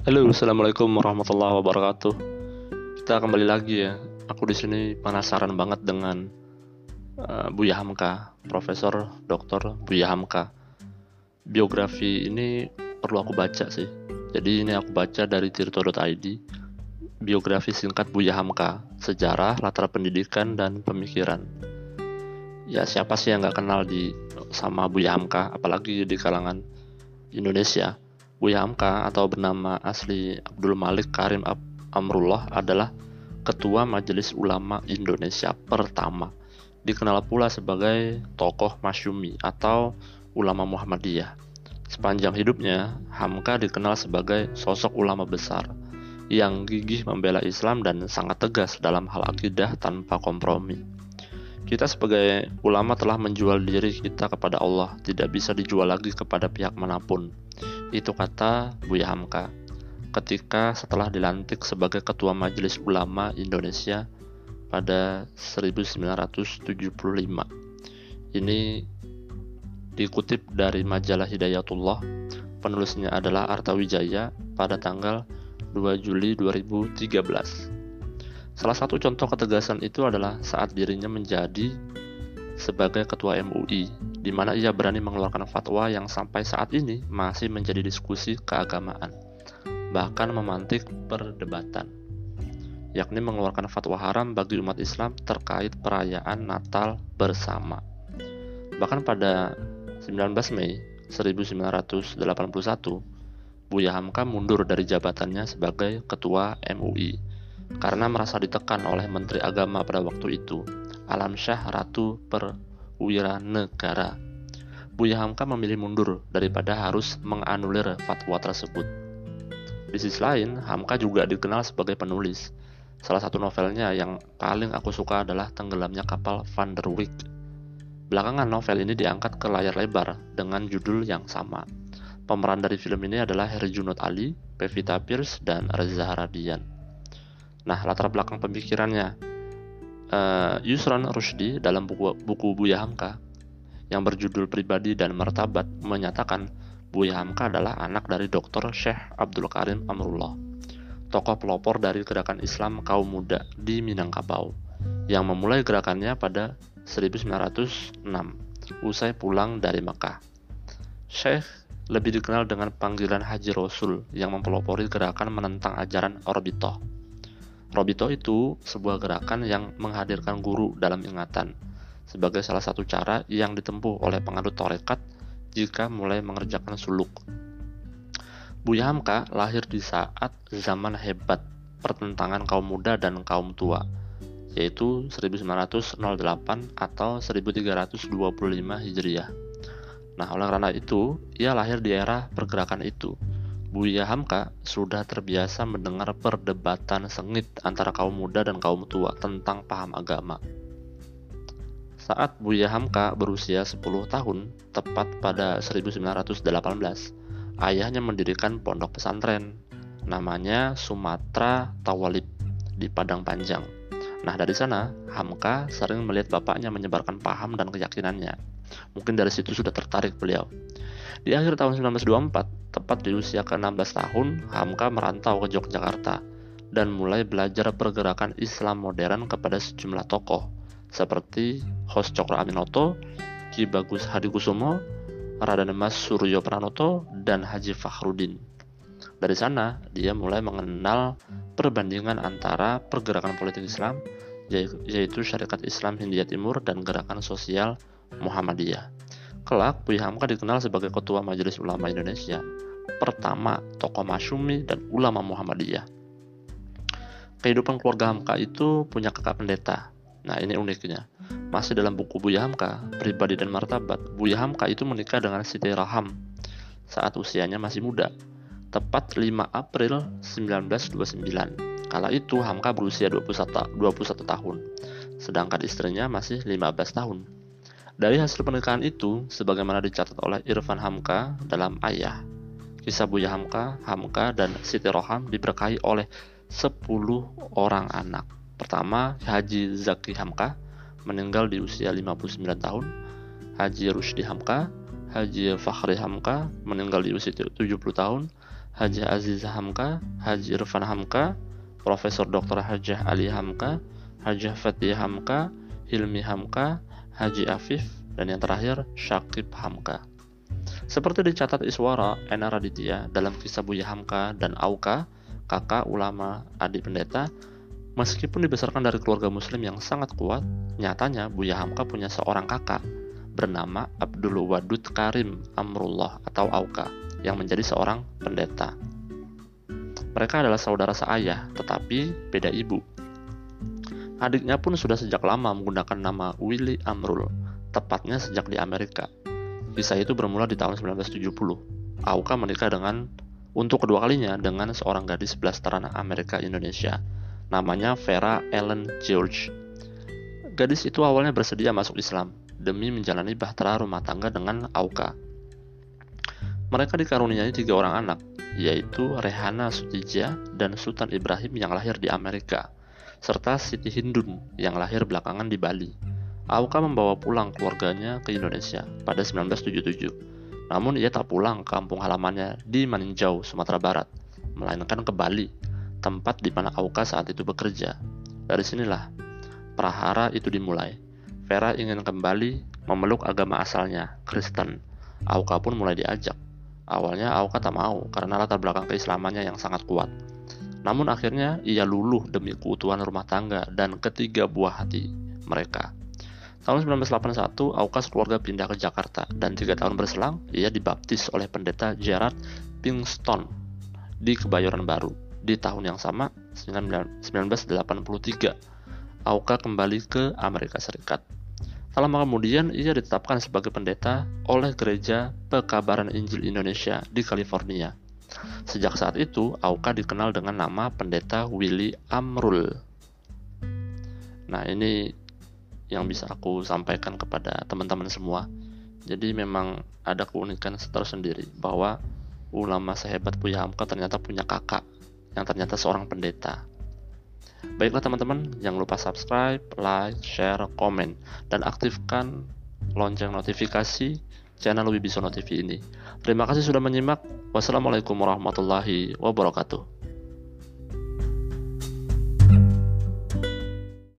Halo, assalamualaikum warahmatullahi wabarakatuh. Kita kembali lagi ya. Aku di sini penasaran banget dengan Buya Hamka, Profesor Dr. Buya Hamka. Biografi ini perlu aku baca sih. Jadi ini aku baca dari tirto.id. Biografi singkat Buya Hamka, sejarah, latar pendidikan, dan pemikiran. Ya siapa sih yang nggak kenal sama Buya Hamka, apalagi di kalangan Indonesia. Buya Hamka atau bernama asli Abdul Malik Karim Amrullah adalah Ketua Majelis Ulama Indonesia pertama. Dikenal pula sebagai tokoh Masyumi atau ulama Muhammadiyah. Sepanjang hidupnya, Hamka dikenal sebagai sosok ulama besar yang gigih membela Islam dan sangat tegas dalam hal akidah tanpa kompromi. Kita sebagai ulama telah menjual diri kita kepada Allah, tidak bisa dijual lagi kepada pihak manapun. Itu kata Buya Hamka ketika setelah dilantik sebagai Ketua Majelis Ulama Indonesia pada 1975. Ini dikutip dari majalah Hidayatullah. Penulisnya adalah Arta Wijaya pada tanggal 2 Juli 2013. Salah satu contoh ketegasan itu adalah saat dirinya menjadi sebagai Ketua MUI, di mana ia berani mengeluarkan fatwa yang sampai saat ini masih menjadi diskusi keagamaan, bahkan memantik perdebatan, yakni mengeluarkan fatwa haram bagi umat Islam terkait perayaan Natal bersama. Bahkan pada 19 Mei 1981, Buya Hamka mundur dari jabatannya sebagai Ketua MUI karena merasa ditekan oleh Menteri Agama pada waktu itu, Alamsyah Ratu Perwiranegara. Buya Hamka memilih mundur daripada harus menganulir fatwa tersebut. Di sisi lain, Hamka juga dikenal sebagai penulis. Salah satu novelnya yang paling aku suka adalah Tenggelamnya Kapal Van der Wijk. Belakangan novel ini diangkat ke layar lebar dengan judul yang sama. Pemeran dari film ini adalah Herjunot Ali, Pevita Pierce, dan Reza Haradian. Nah, latar belakang pemikirannya, Yusron Rushdi dalam buku Buya Hamka yang berjudul Pribadi dan Martabat menyatakan Buya Hamka adalah anak dari Dr. Syekh Abdul Karim Amrullah, tokoh pelopor dari gerakan Islam kaum muda di Minangkabau, yang memulai gerakannya pada 1906 usai pulang dari Mekah. Syekh lebih dikenal dengan panggilan Haji Rasul yang mempelopori gerakan menentang ajaran Orbito. Robito itu sebuah gerakan yang menghadirkan guru dalam ingatan sebagai salah satu cara yang ditempuh oleh penganut tarekat jika mulai mengerjakan suluk. Buya Hamka lahir di saat zaman hebat pertentangan kaum muda dan kaum tua, yaitu 1908 atau 1325 Hijriah. Nah, oleh karena itu, ia lahir di era pergerakan itu. Buya Hamka sudah terbiasa mendengar perdebatan sengit antara kaum muda dan kaum tua tentang paham agama. Saat Buya Hamka berusia 10 tahun, tepat pada 1918, ayahnya mendirikan pondok pesantren, namanya Sumatra Tawalib di Padang Panjang. Nah, dari sana, Hamka sering melihat bapaknya menyebarkan paham dan keyakinannya. Mungkin dari situ sudah tertarik beliau. Di akhir tahun 1924, tepat di usia ke-16 tahun, Hamka merantau ke Yogyakarta dan mulai belajar pergerakan Islam modern kepada sejumlah tokoh seperti Hos Cokro Aminoto, Ki Bagus Hadikusumo, Raden Mas Suryo Pranoto, dan Haji Fakhruddin. Dari sana, dia mulai mengenal perbandingan antara pergerakan politik Islam, yaitu Syarikat Islam Hindia Timur dan gerakan sosial Muhammadiyah. Kelak, Buya Hamka dikenal sebagai Ketua Majelis Ulama Indonesia pertama, tokoh Masyumi dan ulama Muhammadiyah. Kehidupan keluarga Hamka itu punya kakak pendeta. Nah, ini uniknya. Masih dalam buku Buya Hamka, Pribadi dan Martabat, Buya Hamka itu menikah dengan Siti Raham saat usianya masih muda, tepat 5 April 1929. Kala itu Hamka berusia 21 tahun, sedangkan istrinya masih 15 tahun. Dari hasil pernikahan itu, sebagaimana dicatat oleh Irfan Hamka dalam Ayah, kisah Buya Hamka, Hamka dan Siti Roham diberkahi oleh 10 orang anak. Pertama, Haji Zaki Hamka meninggal di usia 59 tahun, Haji Rusdi Hamka, Haji Fakhri Hamka meninggal di usia 70 tahun, Haji Azizah Hamka, Haji Irfan Hamka, Profesor Dr. Hajah Ali Hamka, Hajah Fathia Hamka, Hilmi Hamka, Haji Afif, dan yang terakhir Syakib Hamka. Seperti dicatat Iswara Ena Raditya dalam kisah Buya Hamka dan Auka, kakak ulama adik pendeta, meskipun dibesarkan dari keluarga muslim yang sangat kuat, nyatanya Buya Hamka punya seorang kakak bernama Abdul Wadud Karim Amrullah atau Auka yang menjadi seorang pendeta. Mereka adalah saudara seayah tetapi beda ibu. Adiknya pun sudah sejak lama menggunakan nama Willy Amrul, tepatnya sejak di Amerika. Kisah itu bermula di tahun 1970. Auka menikah untuk kedua kalinya dengan seorang gadis blasteran Amerika Indonesia, namanya Vera Ellen George. Gadis itu awalnya bersedia masuk Islam demi menjalani bahtera rumah tangga dengan Auka. Mereka dikaruniai 3 orang anak, yaitu Rehana Sutija dan Sultan Ibrahim yang lahir di Amerika, serta Siti Hindun yang lahir belakangan di Bali. Auka membawa pulang keluarganya ke Indonesia pada 1977. Namun ia tak pulang ke kampung halamannya di Maninjau, Sumatera Barat, melainkan ke Bali, tempat di mana Auka saat itu bekerja. Dari sinilah prahara itu dimulai. Vera ingin kembali memeluk agama asalnya, Kristen. Auka pun mulai diajak. Awalnya Auka tak mau karena latar belakang keislamannya yang sangat kuat. Namun akhirnya ia luluh demi keutuhan rumah tangga dan ketiga buah hati mereka. Tahun 1981, Auka sekeluarga pindah ke Jakarta dan 3 tahun berselang ia dibaptis oleh pendeta Gerard Pinkston di Kebayoran Baru. Di tahun yang sama, 1983, Auka kembali ke Amerika Serikat. Tak lama kemudian ia ditetapkan sebagai pendeta oleh Gereja Pekabaran Injil Indonesia di California. Sejak saat itu, Auka dikenal dengan nama Pendeta Willy Amrul. Nah, ini yang bisa aku sampaikan kepada teman-teman semua. Jadi memang ada keunikan tersendiri bahwa ulama sehebat Buya Hamka ternyata punya kakak yang ternyata seorang pendeta. Baiklah teman-teman, jangan lupa subscribe, like, share, komen, dan aktifkan lonceng notifikasi channel Wibisono TV ini. Terima kasih sudah menyimak. Wassalamualaikum warahmatullahi wabarakatuh.